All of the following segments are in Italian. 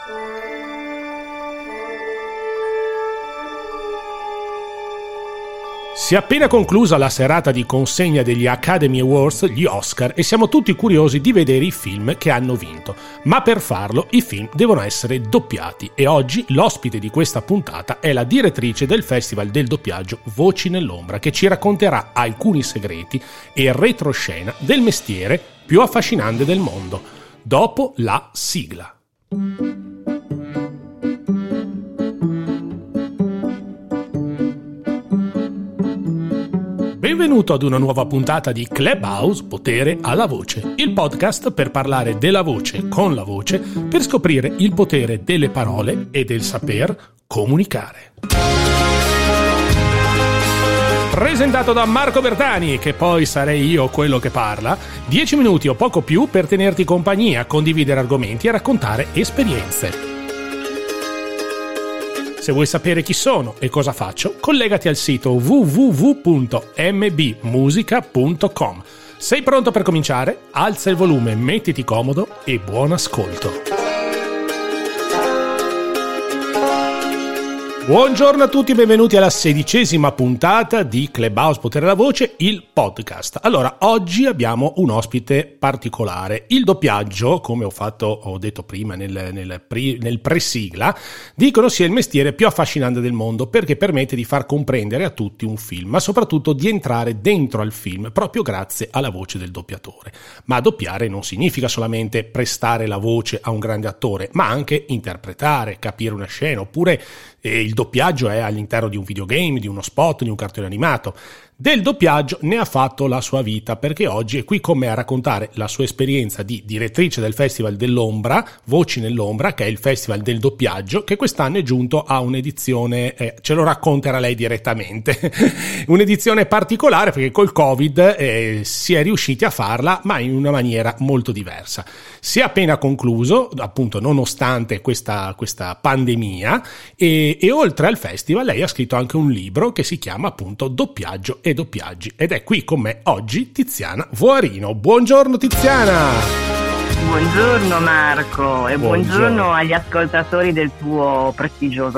Si è appena conclusa la serata di consegna degli Academy Awards, gli Oscar, e siamo tutti curiosi di vedere i film che hanno vinto. Ma per farlo i film devono essere doppiati e oggi l'ospite di questa puntata è la direttrice del Festival del doppiaggio Voci nell'ombra, che ci racconterà alcuni segreti e retroscena del mestiere più affascinante del mondo. Dopo la sigla. Benvenuto ad una nuova puntata di Clubhouse Potere alla Voce, il podcast per parlare della voce con la voce, per scoprire il potere delle parole e del saper comunicare. Presentato da Marco Bertani, che poi sarei io quello che parla, 10 minuti o poco più per tenerti compagnia, condividere argomenti e raccontare esperienze. Se vuoi sapere chi sono e cosa faccio, collegati al sito www.mbmusica.com. Sei pronto per cominciare? Alza il volume, mettiti comodo e buon ascolto. Buongiorno a tutti e benvenuti alla 16ª puntata di Clubhouse Potere alla Voce, il podcast. Allora, oggi abbiamo un ospite particolare. Il doppiaggio, come ho detto prima nel pre-sigla, dicono sia il mestiere più affascinante del mondo perché permette di far comprendere a tutti un film, ma soprattutto di entrare dentro al film proprio grazie alla voce del doppiatore. Ma doppiare non significa solamente prestare la voce a un grande attore, ma anche interpretare, capire una scena, oppure il doppiaggio è all'interno di un videogame, di uno spot, di un cartone animato. Del doppiaggio ne ha fatto la sua vita, perché oggi è qui con me a raccontare la sua esperienza di direttrice del Festival dell'Ombra, Voci nell'Ombra, che è il festival del doppiaggio, che quest'anno è giunto a un'edizione, ce lo racconterà lei direttamente, un'edizione particolare perché col Covid si è riusciti a farla, ma in una maniera molto diversa. Si è appena concluso, appunto, nonostante questa pandemia, e oltre al festival lei ha scritto anche un libro che si chiama appunto Doppiaggio e doppiaggi, ed è qui con me oggi Tiziana Voarino. Buongiorno Tiziana! Buongiorno Marco e buongiorno agli ascoltatori del tuo prestigioso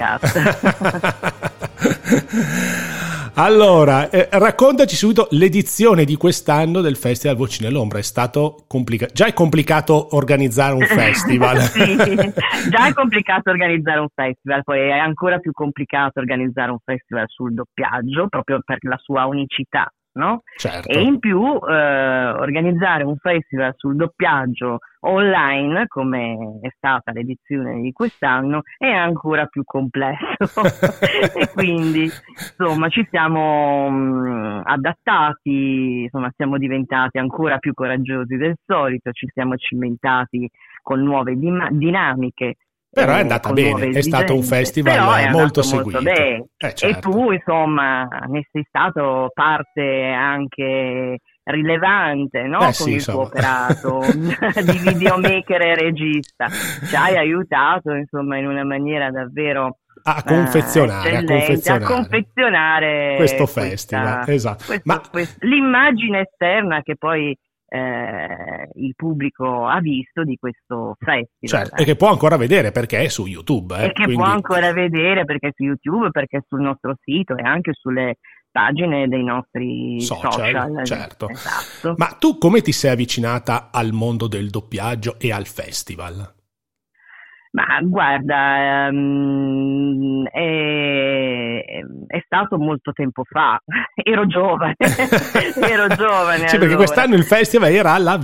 podcast. Allora, raccontaci subito l'edizione di quest'anno del Festival Voci nell'Ombra. È stato complicato, già è complicato organizzare un festival. Sì, già è complicato organizzare un festival, poi è ancora più complicato organizzare un festival sul doppiaggio, proprio per la sua unicità, no? Certo. E in più organizzare un festival sul doppiaggio online, come è stata l'edizione di quest'anno, è ancora più complesso. E quindi insomma ci siamo adattati, insomma siamo diventati ancora più coraggiosi del solito, ci siamo cimentati con nuove dinamiche. Però è andata bene, è stato un festival molto seguito. Certo. E tu, insomma, ne sei stato parte anche rilevante, no? Con il tuo operato di videomaker e regista. Ci hai aiutato, insomma, in una maniera davvero a confezionare questo festival. Esatto. L'immagine esterna che poi il pubblico ha visto di questo festival. Certo, e che può ancora vedere perché è su YouTube. Può ancora vedere perché è su YouTube, perché è sul nostro sito e anche sulle pagine dei nostri social. Certo. Esatto. Ma tu come ti sei avvicinata al mondo del doppiaggio e al festival? Ma guarda, è stato molto tempo fa, ero giovane. Sì, allora. Perché quest'anno il festival era alla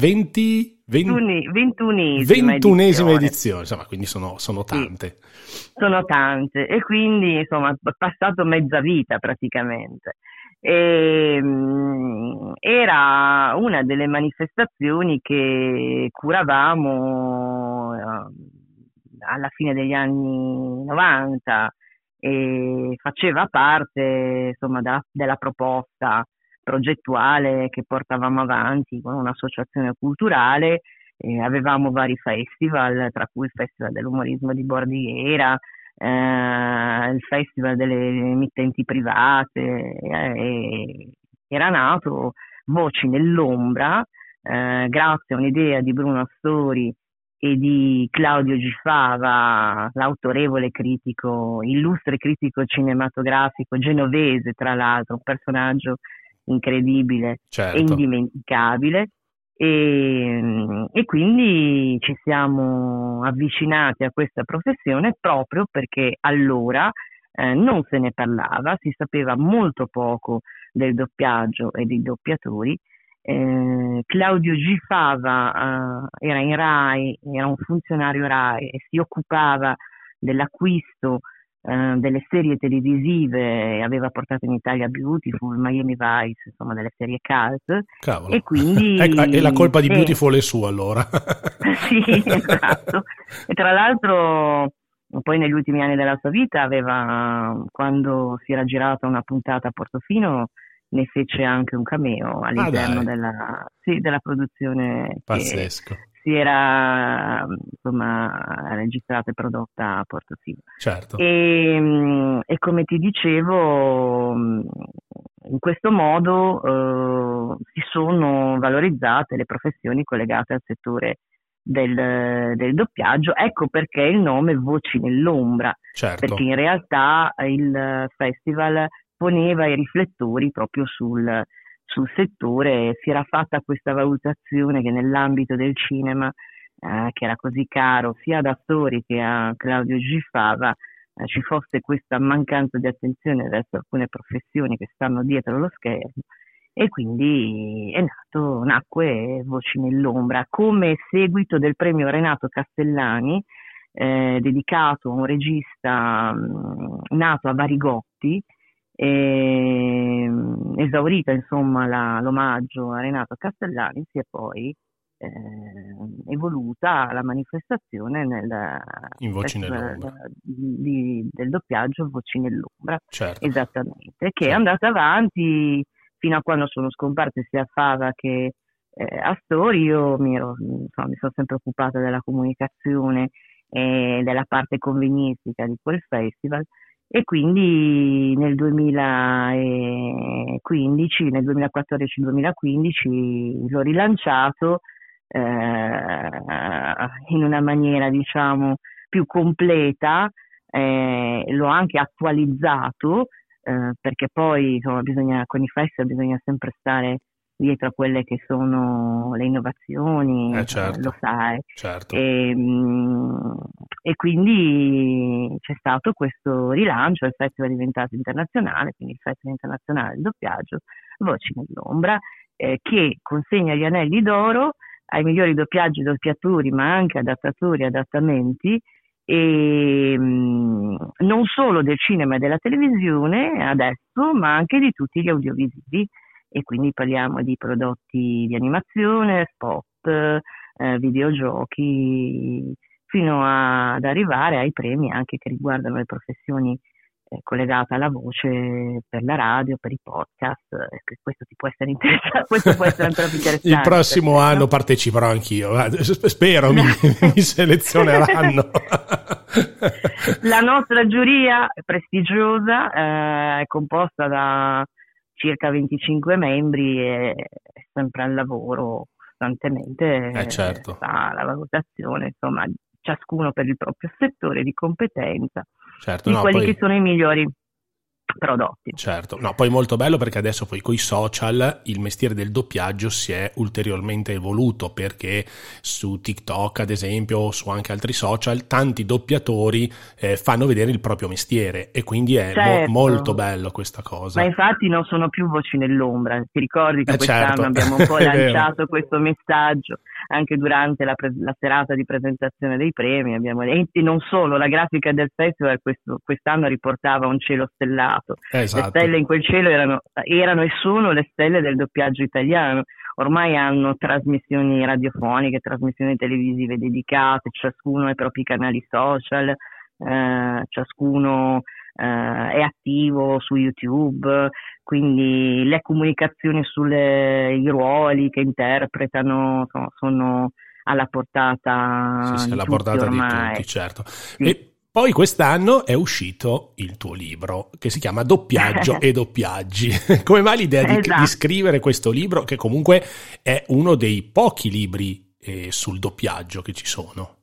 21esima edizione, insomma, quindi sono tante. Sì, sono tante, e quindi insomma ho passato mezza vita praticamente. Era una delle manifestazioni che curavamo alla fine degli anni 90 e faceva parte insomma della proposta progettuale che portavamo avanti con un'associazione culturale. Avevamo vari festival, tra cui il Festival dell'Umorismo di Bordighera, il Festival delle emittenti private, era nato Voci nell'ombra grazie a un'idea di Bruno Astori e di Claudio Gifava, l'autorevole critico, illustre critico cinematografico genovese, tra l'altro, un personaggio incredibile e certo. indimenticabile. E quindi ci siamo avvicinati a questa professione proprio perché allora non se ne parlava, si sapeva molto poco del doppiaggio e dei doppiatori. Claudio Gifava era in Rai, era un funzionario Rai e si occupava dell'acquisto delle serie televisive, aveva portato in Italia Beautiful, Miami Vice, insomma delle serie cult. Cavolo. E quindi e la colpa di Beautiful è sua allora. sì, esatto. E tra l'altro poi negli ultimi anni della sua vita quando si era girata una puntata a Portofino, ne fece anche un cameo all'interno della produzione. Pazzesco. Che si era insomma registrata e prodotta a Portofino. Certo. E come ti dicevo, in questo modo si sono valorizzate le professioni collegate al settore del doppiaggio. Ecco perché il nome Voci nell'ombra, certo. Perché in realtà il festival poneva i riflettori proprio sul settore. Si era fatta questa valutazione che nell'ambito del cinema, che era così caro sia ad Astori che a Claudio Gifava, ci fosse questa mancanza di attenzione verso alcune professioni che stanno dietro lo schermo, e quindi nacque Voci nell'ombra come seguito del premio Renato Castellani, dedicato a un regista nato a Barigotti. Esaurita insomma l'omaggio a Renato Castellani, si è poi evoluta la manifestazione in Voci nell'ombra del doppiaggio Voci nell'ombra, certo. Esattamente, che è andata avanti fino a quando sono scomparsi sia Fava che Astori. Io mi sono sempre occupata della comunicazione e della parte convegnistica di quel festival, e quindi nel 2014-2015 l'ho rilanciato in una maniera diciamo più completa, l'ho anche attualizzato, perché poi insomma con i festival bisogna sempre stare dietro a quelle che sono le innovazioni, certo, lo sai. Certo. E quindi c'è stato questo rilancio, il festival è diventato internazionale, quindi il Festival Internazionale del Doppiaggio Voci nell'ombra, che consegna gli anelli d'oro ai migliori doppiaggi, doppiatori, ma anche adattatori e adattamenti, e non solo del cinema e della televisione adesso, ma anche di tutti gli audiovisivi. E quindi parliamo di prodotti di animazione, spot, videogiochi, fino ad arrivare ai premi anche che riguardano le professioni collegate alla voce, per la radio, per i podcast. Questo ti può essere interessante, questo può essere ancora più interessante. Il prossimo anno parteciperò anch'io, spero mi selezioneranno. La nostra giuria prestigiosa è composta da circa 25 membri e è sempre al lavoro costantemente, certo. Fa la valutazione, insomma, ciascuno per il proprio settore di competenza, certo, di quelli che sono i migliori prodotti. Certo, no, poi molto bello perché adesso poi con i social il mestiere del doppiaggio si è ulteriormente evoluto, perché su TikTok ad esempio o su anche altri social tanti doppiatori fanno vedere il proprio mestiere, e quindi è molto bello questa cosa. Ma infatti non sono più voci nell'ombra, ti ricordi che quest'anno certo. abbiamo un po' lanciato questo messaggio anche durante la serata di presentazione dei premi, e non solo, la grafica del festival quest'anno riportava un cielo stellato. Esatto. Le stelle in quel cielo erano e sono le stelle del doppiaggio italiano. Ormai hanno trasmissioni radiofoniche, trasmissioni televisive dedicate, ciascuno ha i propri canali social, ciascuno è attivo su YouTube, quindi le comunicazioni sui ruoli che interpretano sono alla portata alla tutti portata ormai. Di tutti, certo. Sì. E poi quest'anno è uscito il tuo libro che si chiama Doppiaggio e doppiaggi. Come mai l'idea di scrivere questo libro, che comunque è uno dei pochi libri sul doppiaggio che ci sono?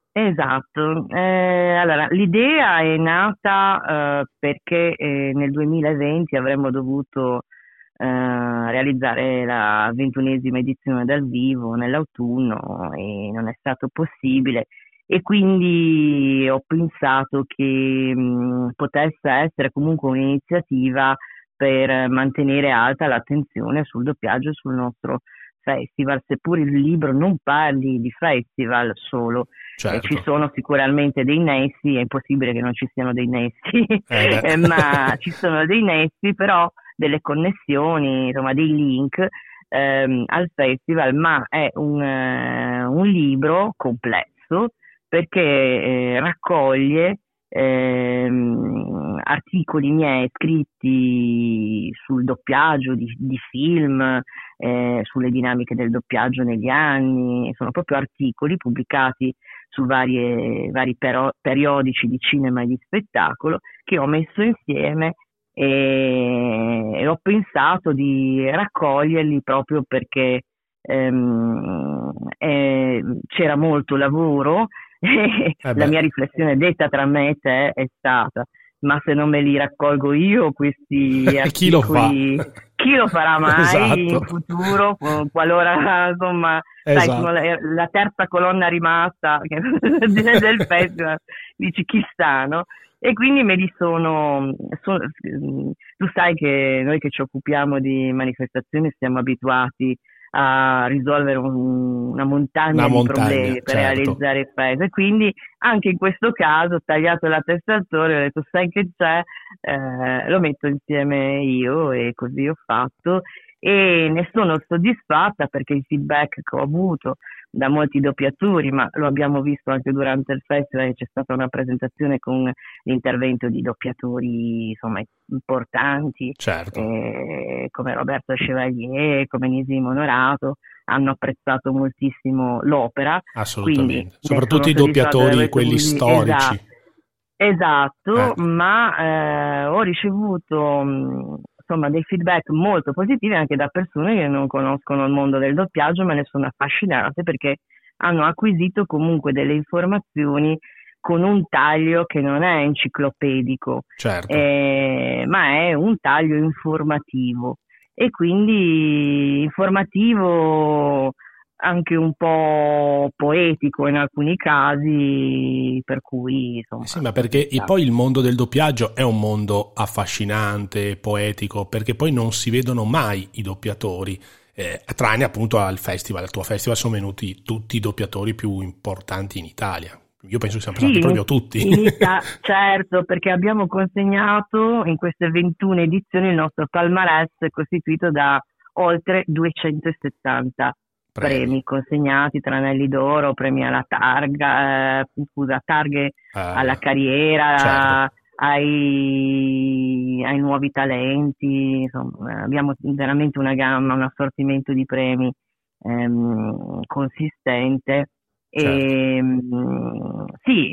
Esatto. Allora, l'idea è nata perché nel 2020 avremmo dovuto realizzare la 21ª edizione dal vivo nell'autunno e non è stato possibile, e quindi ho pensato che potesse essere comunque un'iniziativa per mantenere alta l'attenzione sul doppiaggio, sul nostro festival, seppur il libro non parli di festival solo. Ci Certo. sono sicuramente dei nessi, è impossibile che non ci siano dei nessi, Beh. ma ci sono dei nessi, però delle connessioni, insomma dei link al festival, ma è un libro complesso perché raccoglie articoli miei scritti sul doppiaggio di film, sulle dinamiche del doppiaggio negli anni. Sono proprio articoli pubblicati su vari periodici di cinema e di spettacolo che ho messo insieme, e ho pensato di raccoglierli proprio perché c'era molto lavoro e la Beh. mia riflessione detta tra me e te è stata: ma se non me li raccolgo io questi Chi lo fa? articoli, chi lo farà mai in Esatto. futuro, qualora insomma, sai, sono Esatto. la terza colonna rimasta del festival, dici chissà, no? E quindi me li tu sai che noi che ci occupiamo di manifestazioni siamo abituati a risolvere una Una montagna di montagna, problemi per certo. realizzare il festival, e quindi anche in questo caso ho tagliato la testa al toro e ho detto sai che c'è, lo metto insieme io, e così ho fatto, e ne sono soddisfatta perché il feedback che ho avuto da molti doppiatori, ma lo abbiamo visto anche durante il festival, c'è stata una presentazione con l'intervento di doppiatori insomma importanti, Certo. come Roberto Chevalier, come Nisimo Onorato, hanno apprezzato moltissimo l'opera, quindi Assolutamente. ne Soprattutto sono i soddisfatta di doppiatori, questo quelli punto di storici. esatto, Eh. ma ho ricevuto insomma dei feedback molto positivi anche da persone che non conoscono il mondo del doppiaggio, ma ne sono affascinate perché hanno acquisito comunque delle informazioni con un taglio che non è enciclopedico, Certo. ma è un taglio informativo, e quindi informativo, anche un po' poetico in alcuni casi, per cui Sì, insomma ma perché e soddisfatto. poi il mondo del doppiaggio è un mondo affascinante, poetico, perché poi non si vedono mai i doppiatori, tranne appunto al festival. Al tuo festival sono venuti tutti i doppiatori più importanti in Italia. Io penso che siano Sì, passati proprio tutti. certo, perché abbiamo consegnato in queste 21 edizioni il nostro palmarès, costituito da oltre 270 Premi. premi consegnati, tra anelli d'oro, premi alla targa, scusa, targhe alla Certo. carriera, ai nuovi talenti, insomma, abbiamo veramente una gamma, un assortimento di premi consistente. Certo. Sì,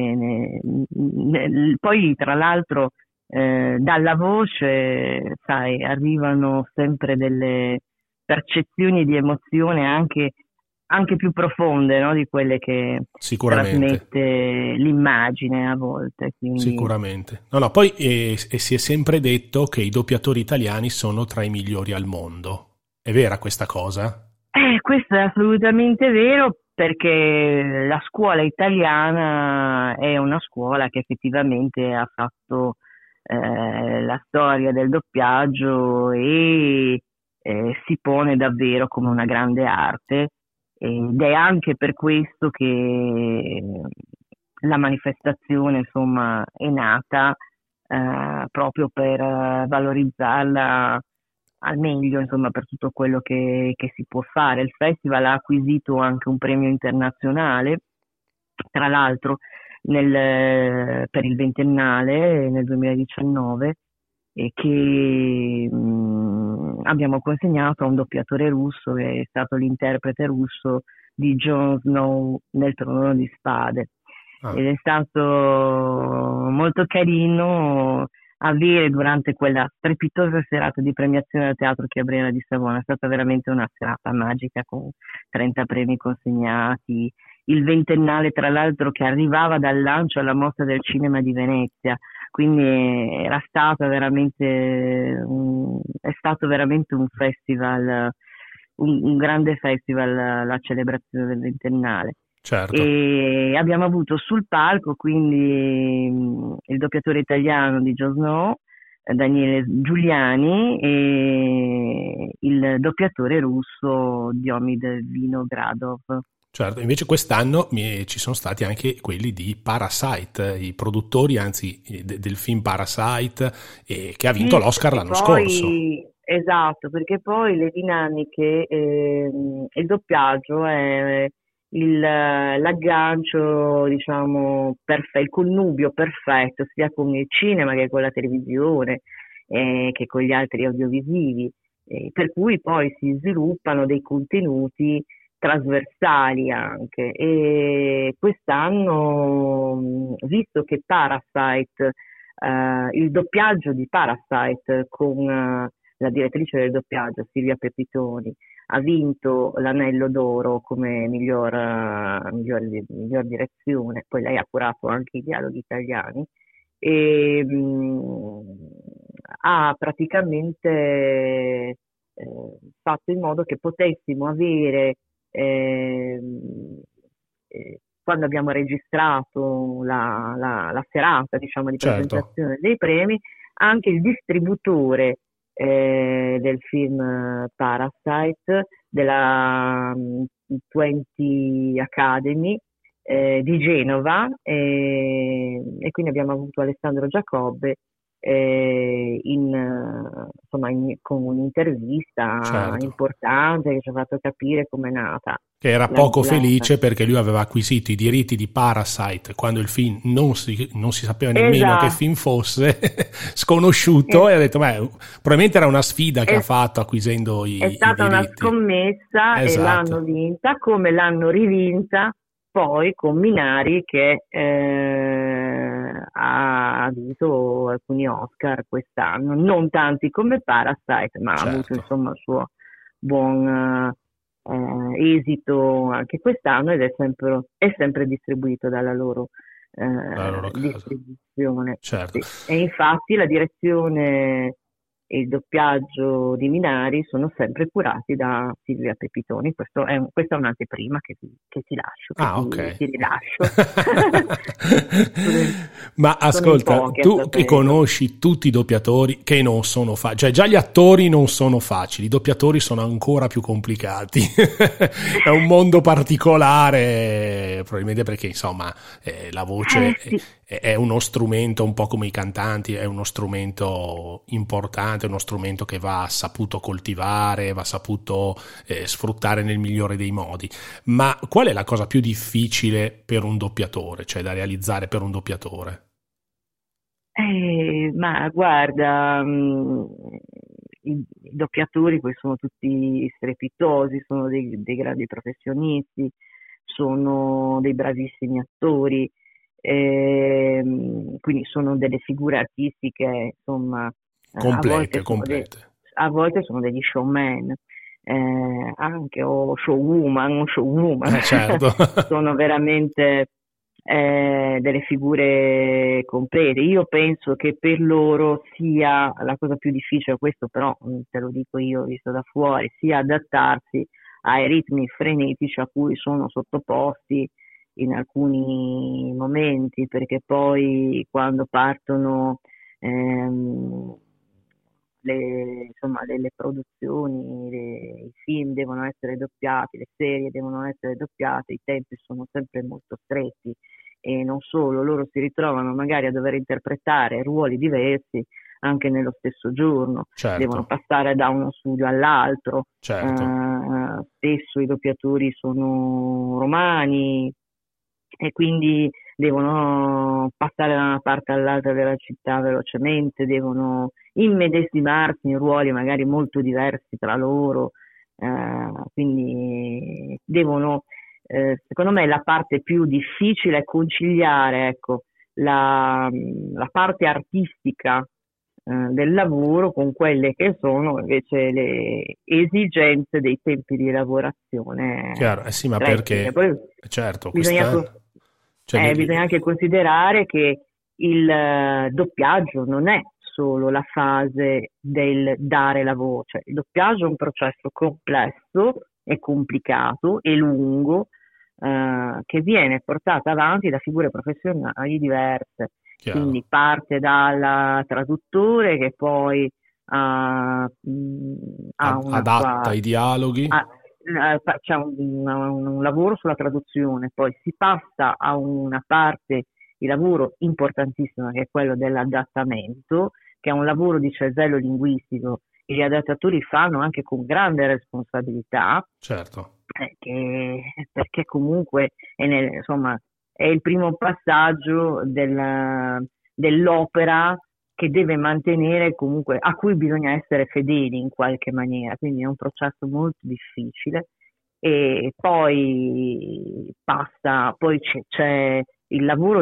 poi tra l'altro dalla voce, sai, arrivano sempre delle percezioni di emozione anche più profonde, no, di quelle che Sicuramente. trasmette l'immagine a volte. Quindi Sicuramente. No, no, poi si è sempre detto che i doppiatori italiani sono tra i migliori al mondo. È vera questa cosa? Questo è assolutamente vero, perché la scuola italiana è una scuola che effettivamente ha fatto la storia del doppiaggio, e si pone davvero come una grande arte, ed è anche per questo che la manifestazione, insomma, è nata proprio per valorizzarla al meglio, insomma, per tutto quello che si può fare. Il festival ha acquisito anche un premio internazionale, tra l'altro per il ventennale nel 2019, e che abbiamo consegnato a un doppiatore russo che è stato l'interprete russo di Jon Snow nel Trono di Spade. Ah, Ed è stato molto carino avere, durante quella strepitosa serata di premiazione al Teatro Chiabrera di Savona, è stata veramente una serata magica con 30 premi consegnati, il ventennale, tra l'altro, che arrivava dal lancio alla Mostra del Cinema di Venezia, quindi era stato veramente è stato veramente un festival, un grande festival, la celebrazione del ventennale. certo. E abbiamo avuto sul palco quindi il doppiatore italiano di Jon Snow, Daniele Giuliani, e il doppiatore russo Diomid Vinogradov. Certo, invece quest'anno ci sono stati anche quelli di Parasite, i produttori, anzi, del film Parasite, che ha vinto Sì, l'Oscar perché l'anno scorso. poi, esatto, perché poi le dinamiche, il doppiaggio è l'aggancio, diciamo, il connubio perfetto sia con il cinema che con la televisione, che con gli altri audiovisivi, per cui poi si sviluppano dei contenuti trasversali anche. E quest'anno, visto che Parasite, il doppiaggio di Parasite con la direttrice del doppiaggio Silvia Pepitoni ha vinto l'Anello d'Oro come miglior direzione, poi lei ha curato anche i dialoghi italiani e ha praticamente fatto in modo che potessimo avere, quando abbiamo registrato la serata, diciamo, di Certo, presentazione dei premi, anche il distributore del film Parasite della 20 Academy di Genova, e quindi abbiamo avuto Alessandro Giacobbe insomma, con un'intervista certo. importante che ci ha fatto capire com'è nata Che era la, poco la- felice perché lui aveva acquisito i diritti di Parasite quando il film non si sapeva nemmeno che Esatto, film fosse, sconosciuto, es- e ha detto, beh, probabilmente era una sfida che ha es- fatto acquisendo è i stata una diritti. scommessa e l'hanno Esatto, vinta, come l'hanno rivinta poi con Minari che ha vinto alcuni Oscar quest'anno, non tanti come Parasite, ma ha avuto certo. insomma il suo buon esito anche quest'anno ed è sempre distribuito dalla loro La loro casa. distribuzione. Certo. Sì. E infatti la direzione e il doppiaggio di Minari sono sempre curati da Silvia Pepitoni. Questa è un'anteprima che ti lascio, Ah, ok. ti rilascio. sono, Ma sono in ascolta, pochi a tu che saperlo. conosci tutti i doppiatori che non sono facili, cioè già gli attori non sono facili, i doppiatori sono ancora più complicati. È un mondo particolare, probabilmente perché insomma la voce Sì. è uno strumento un po' come i cantanti, è uno strumento importante, è uno strumento che va saputo coltivare, va saputo sfruttare nel migliore dei modi. Ma qual è la cosa più difficile per un doppiatore, cioè da realizzare per un doppiatore? Ma guarda, i doppiatori poi sono tutti strepitosi, sono dei grandi professionisti, sono dei bravissimi attori, quindi sono delle figure artistiche, insomma, Complete, complete. a volte sono degli showman, anche o showwoman, Certo. sono veramente delle figure complete. Io penso che per loro sia la cosa più difficile, questo però te lo dico io visto da fuori, sia adattarsi ai ritmi frenetici a cui sono sottoposti in alcuni momenti, perché poi quando partono ehm, insomma, le produzioni, i film devono essere doppiati, le serie devono essere doppiate, i tempi sono sempre molto stretti e non solo, loro si ritrovano magari a dover interpretare ruoli diversi anche nello stesso giorno, devono Certo, passare da uno studio all'altro, certo. spesso i doppiatori sono romani e quindi devono passare da una parte all'altra della città velocemente, devono immedesimarsi in ruoli magari molto diversi tra loro, quindi devono, secondo me la parte più difficile è conciliare, ecco, la parte artistica del lavoro con quelle che sono invece le esigenze dei tempi di lavorazione chiaro, eh sì, ma replica. perché, Poi certo, bisogna, quest'anno, cioè, bisogna anche considerare che il doppiaggio non è solo la fase del dare la voce, il doppiaggio è un processo complesso e complicato e lungo che viene portato avanti da figure professionali diverse. chiaro, Quindi parte dal traduttore che poi ha una adatta sua i dialoghi, c'è un lavoro sulla traduzione, poi si passa a una parte di lavoro importantissima che è quello dell'adattamento, che è un lavoro di cesello linguistico che gli adattatori fanno anche con grande responsabilità, certo, perché comunque insomma, è il primo passaggio dell'opera che deve mantenere comunque, a cui bisogna essere fedeli in qualche maniera, quindi è un processo molto difficile. E poi c'è il lavoro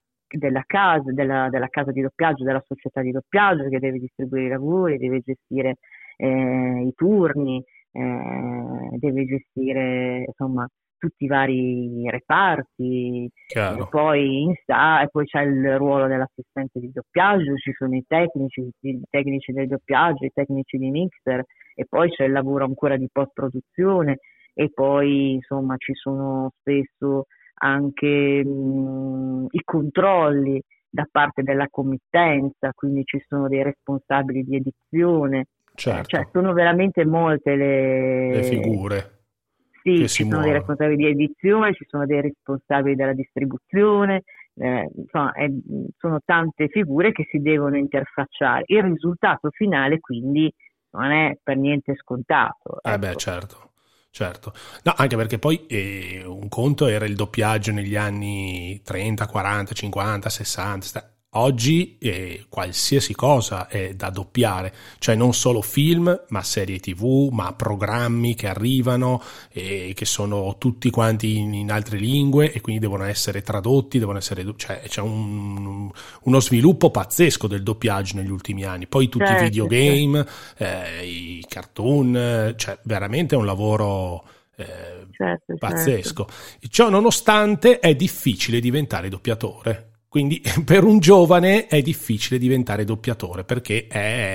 della casa di doppiaggio, della società di doppiaggio che deve distribuire i lavori, deve gestire i turni, deve gestire insomma tutti i vari reparti, chiaro, e poi c'è il ruolo dell'assistente di doppiaggio, ci sono i tecnici del doppiaggio, i tecnici di mixer, e poi c'è il lavoro ancora di post-produzione, e poi insomma ci sono spesso anche i controlli da parte della committenza, quindi ci sono dei responsabili di edizione, cioè certo, sono veramente molte le figure che sì, si ci sono dei muovono. responsabili di edizione, ci sono dei responsabili della distribuzione, insomma, sono tante figure che si devono interfacciare. Il risultato finale quindi non è per niente scontato, Eh beh, ecco. certo, certo. No, anche perché poi un conto era il doppiaggio negli anni 30, 40, 50, 60. Oggi qualsiasi cosa è da doppiare, cioè non solo film, ma serie TV, ma programmi che arrivano e che sono tutti quanti in altre lingue e quindi devono essere tradotti, cioè c'è uno sviluppo pazzesco del doppiaggio negli ultimi anni. Poi tutti i Certo, certo. videogame, i cartoon, cioè veramente è un lavoro Certo, certo. pazzesco. Ciò nonostante è difficile diventare doppiatore, quindi per un giovane è difficile diventare doppiatore perché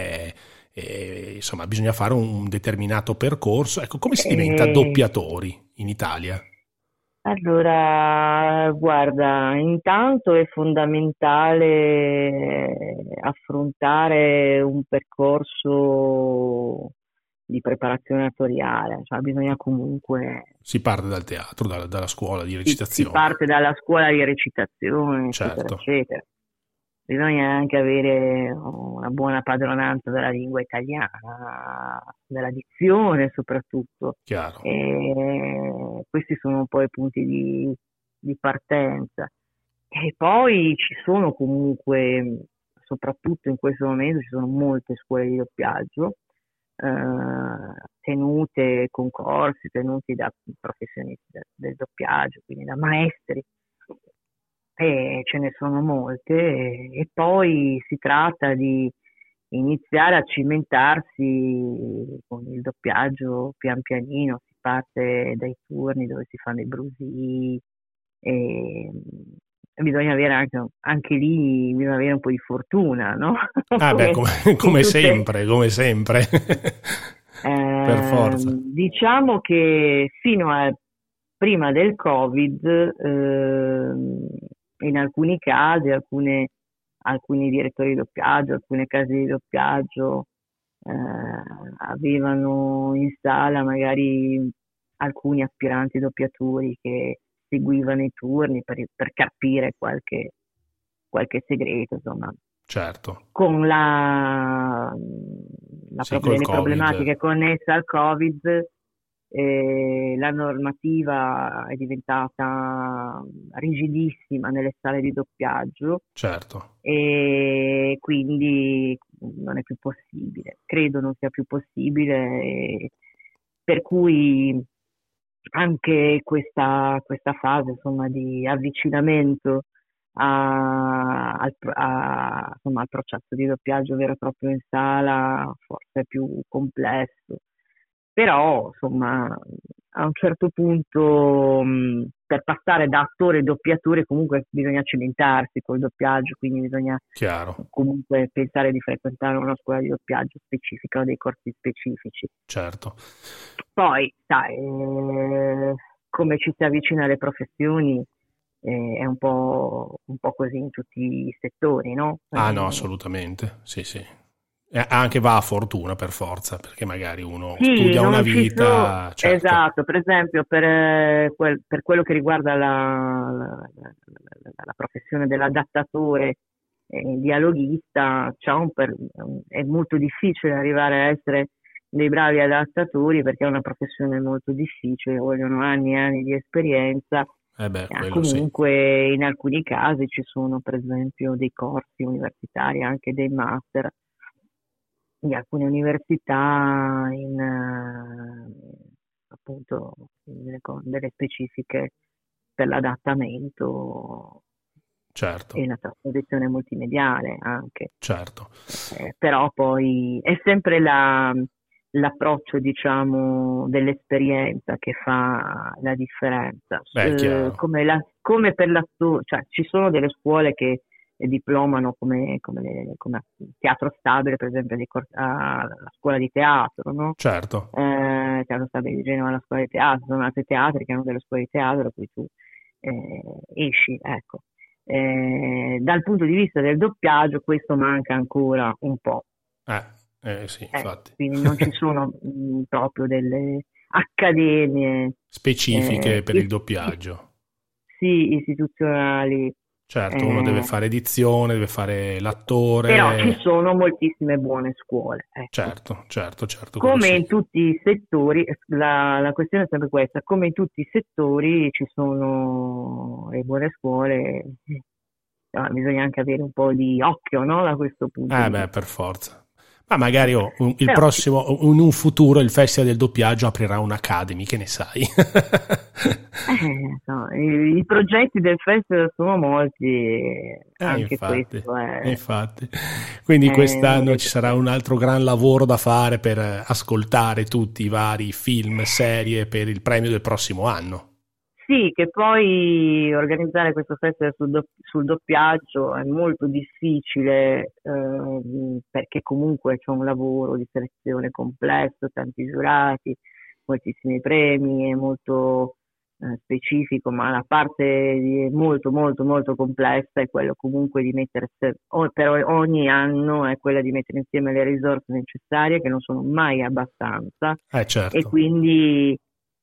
insomma bisogna fare un determinato percorso. Ecco, come si diventa Eh, doppiatori in Italia? allora, guarda, intanto è fondamentale affrontare un percorso di preparazione attoriale, cioè bisogna comunque, Si parte dal teatro, dalla scuola di si recitazione, parte dalla scuola di recitazione, eccetera, certo, eccetera. Bisogna anche avere una buona padronanza della lingua italiana, della dizione soprattutto. chiaro, E questi sono un po' i punti di partenza. E poi ci sono comunque, soprattutto in questo momento, ci sono molte scuole di doppiaggio, tenute, concorsi tenuti da professionisti del doppiaggio, quindi da maestri, e ce ne sono molte, e poi si tratta di iniziare a cimentarsi con il doppiaggio pian pianino, si parte dai turni dove si fanno i brusii, e bisogna avere anche lì, bisogna avere un po' di fortuna, no? ah beh, Come come, in come tutte. sempre, come sempre, per forza, Diciamo che fino a prima del Covid, in alcuni casi, alcuni direttori di doppiaggio, alcune case di doppiaggio avevano in sala magari alcuni aspiranti doppiatori che seguivano i turni per capire qualche segreto, insomma, certo. con Sì, col le Covid, problematiche connesse al Covid, la normativa è diventata rigidissima nelle sale di doppiaggio certo. e quindi non è più possibile, credo non sia più possibile, per cui anche questa fase insomma di avvicinamento insomma, al processo di doppiaggio vero e proprio in sala, forse è più complesso. Però, insomma, a un certo punto, per passare da attore a doppiatore, comunque bisogna cimentarsi col doppiaggio, quindi bisogna Chiaro, comunque pensare di frequentare una scuola di doppiaggio specifica o dei corsi specifici. certo. Poi, sai, come ci si avvicina alle professioni, è un po' così in tutti i settori, no? Ah no, assolutamente, sì, sì. E anche va a fortuna per forza, perché magari uno Sì, studia una non ci sono, vita, certo. esatto, per esempio per quello che riguarda la professione dell'adattatore dialoghista, è molto difficile arrivare a essere dei bravi adattatori perché è una professione molto difficile, vogliono anni e anni di esperienza. Eh beh, quello sì, Comunque in alcuni casi ci sono per esempio dei corsi universitari, anche dei master di alcune università appunto con delle specifiche per l'adattamento certo, e la trasposizione multimediale anche. certo. Però poi è sempre l'approccio, diciamo, dell'esperienza che fa la differenza. Beh, è chiaro. Come per l'attore, cioè ci sono delle scuole che diplomano come teatro stabile, per esempio, la scuola di teatro, no? Certo. Teatro stabile di Genova, la scuola di teatro, sono altri teatri che hanno delle scuole di teatro da cui tu esci, ecco. Dal punto di vista del doppiaggio questo manca ancora un po'. Sì, infatti. Quindi non ci sono proprio delle accademie Specifiche per il is- doppiaggio. sì, istituzionali, Certo, uno deve eh, fare edizione, deve fare però ci l'attore. sono moltissime buone scuole, ecco. Certo, certo, certo, quello Come sì. in tutti i settori, la questione è sempre questa, come in tutti i settori ci sono le buone scuole, bisogna anche avere un po' di occhio, no? Da questo punto di Beh, per vista. forza. Ma magari il Però sì. prossimo, in un futuro, il Festival del doppiaggio aprirà un'Academy, che ne sai? No, i progetti del festival sono molti, anche Infatti, questo infatti. Quindi non quest'anno è ci che sarà un altro gran lavoro da fare per ascoltare tutti i vari film, serie per il premio del prossimo anno. sì, che poi organizzare questo festival sul doppiaggio è molto difficile perché comunque c'è un lavoro di selezione complesso, tanti giurati, moltissimi premi, è molto specifico, ma la parte molto molto molto complessa è quello comunque di mettere per ogni anno è quella di mettere insieme le risorse necessarie che non sono mai abbastanza e Certo. quindi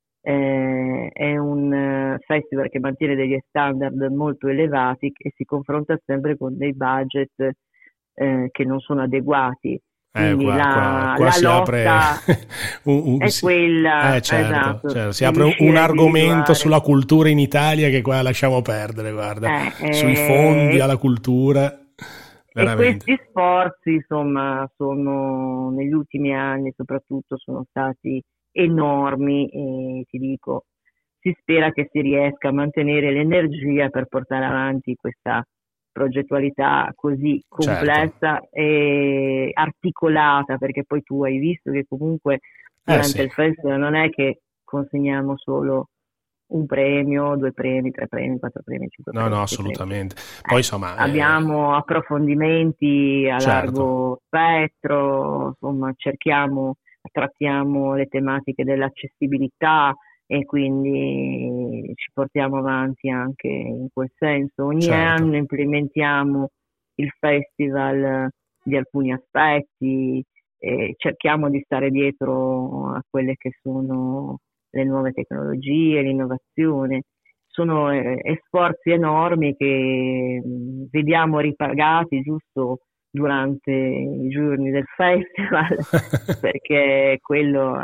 è un festival che mantiene degli standard molto elevati e si confronta sempre con dei budget che non sono adeguati. Quindi Qua la si apre lotta è quella, certo, esatto, certo, si di apre un riuscire a argomento individuare. sulla cultura in Italia che qua lasciamo perdere, guarda, sui fondi alla cultura, E veramente. questi sforzi, insomma, negli ultimi anni soprattutto sono stati enormi e ti dico, si spera che si riesca a mantenere l'energia per portare avanti questa progettualità così Certo. complessa e articolata, perché poi tu hai visto che comunque durante Sì. il festival non è che consegniamo solo un premio, due premi, tre premi, quattro premi, cinque No, premi, no, sei premi. assolutamente. Poi insomma, Abbiamo approfondimenti a certo, largo spettro, insomma, trattiamo le tematiche dell'accessibilità e quindi ci portiamo avanti anche in quel senso. Ogni certo, anno implementiamo il festival di alcuni aspetti e cerchiamo di stare dietro a quelle che sono le nuove tecnologie, l'innovazione. Sono sforzi enormi che vediamo ripagati giusto durante i giorni del festival, perché quello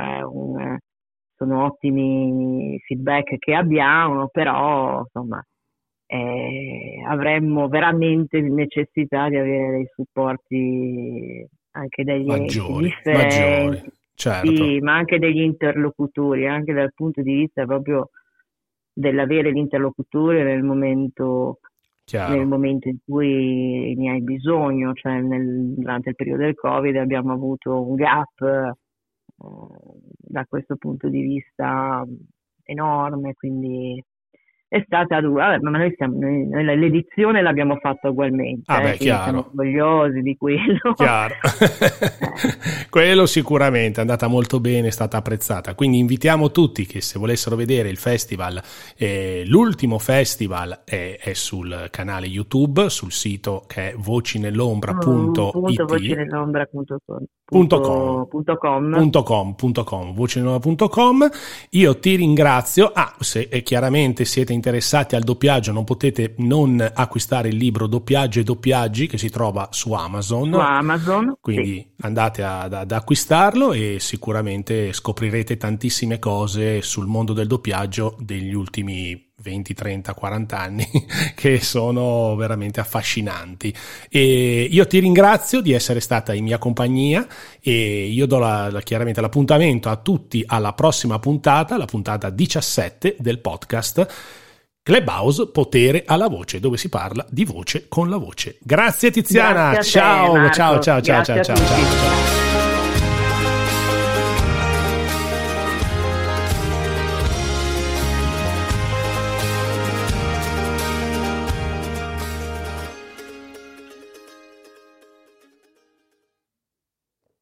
sono ottimi feedback che abbiamo, però insomma avremmo veramente necessità di avere dei supporti anche dagli enti maggiori, differenti, sì, certo. ma anche degli interlocutori, anche dal punto di vista proprio dell'avere l'interlocutore nel momento Chiaro. nel momento in cui ne hai bisogno, cioè durante il periodo del Covid abbiamo avuto un gap da questo punto di vista enorme, quindi è stata dura, ma noi l'edizione l'abbiamo fatta ugualmente, Beh, quindi siamo orgogliosi di quello. Chiaro. Quello sicuramente è andata molto bene, è stata apprezzata, quindi invitiamo tutti che se volessero vedere il festival, l'ultimo festival è sul canale YouTube, sul sito che è vocinellombra.it vocinellombra.com. Io ti ringrazio. Se chiaramente siete interessati al doppiaggio, non potete non acquistare il libro Doppiaggio e doppiaggi, che si trova su Amazon, quindi sì, andate ad acquistarlo e sicuramente scoprirete tantissime cose sul mondo del doppiaggio degli ultimi 20, 30, 40 anni che sono veramente affascinanti. E io ti ringrazio di essere stata in mia compagnia e io do chiaramente l'appuntamento a tutti alla prossima puntata, la puntata 17 del podcast Clubhouse Potere alla Voce, dove si parla di voce con la voce. Grazie Tiziana. Grazie a te, Marco. Ciao.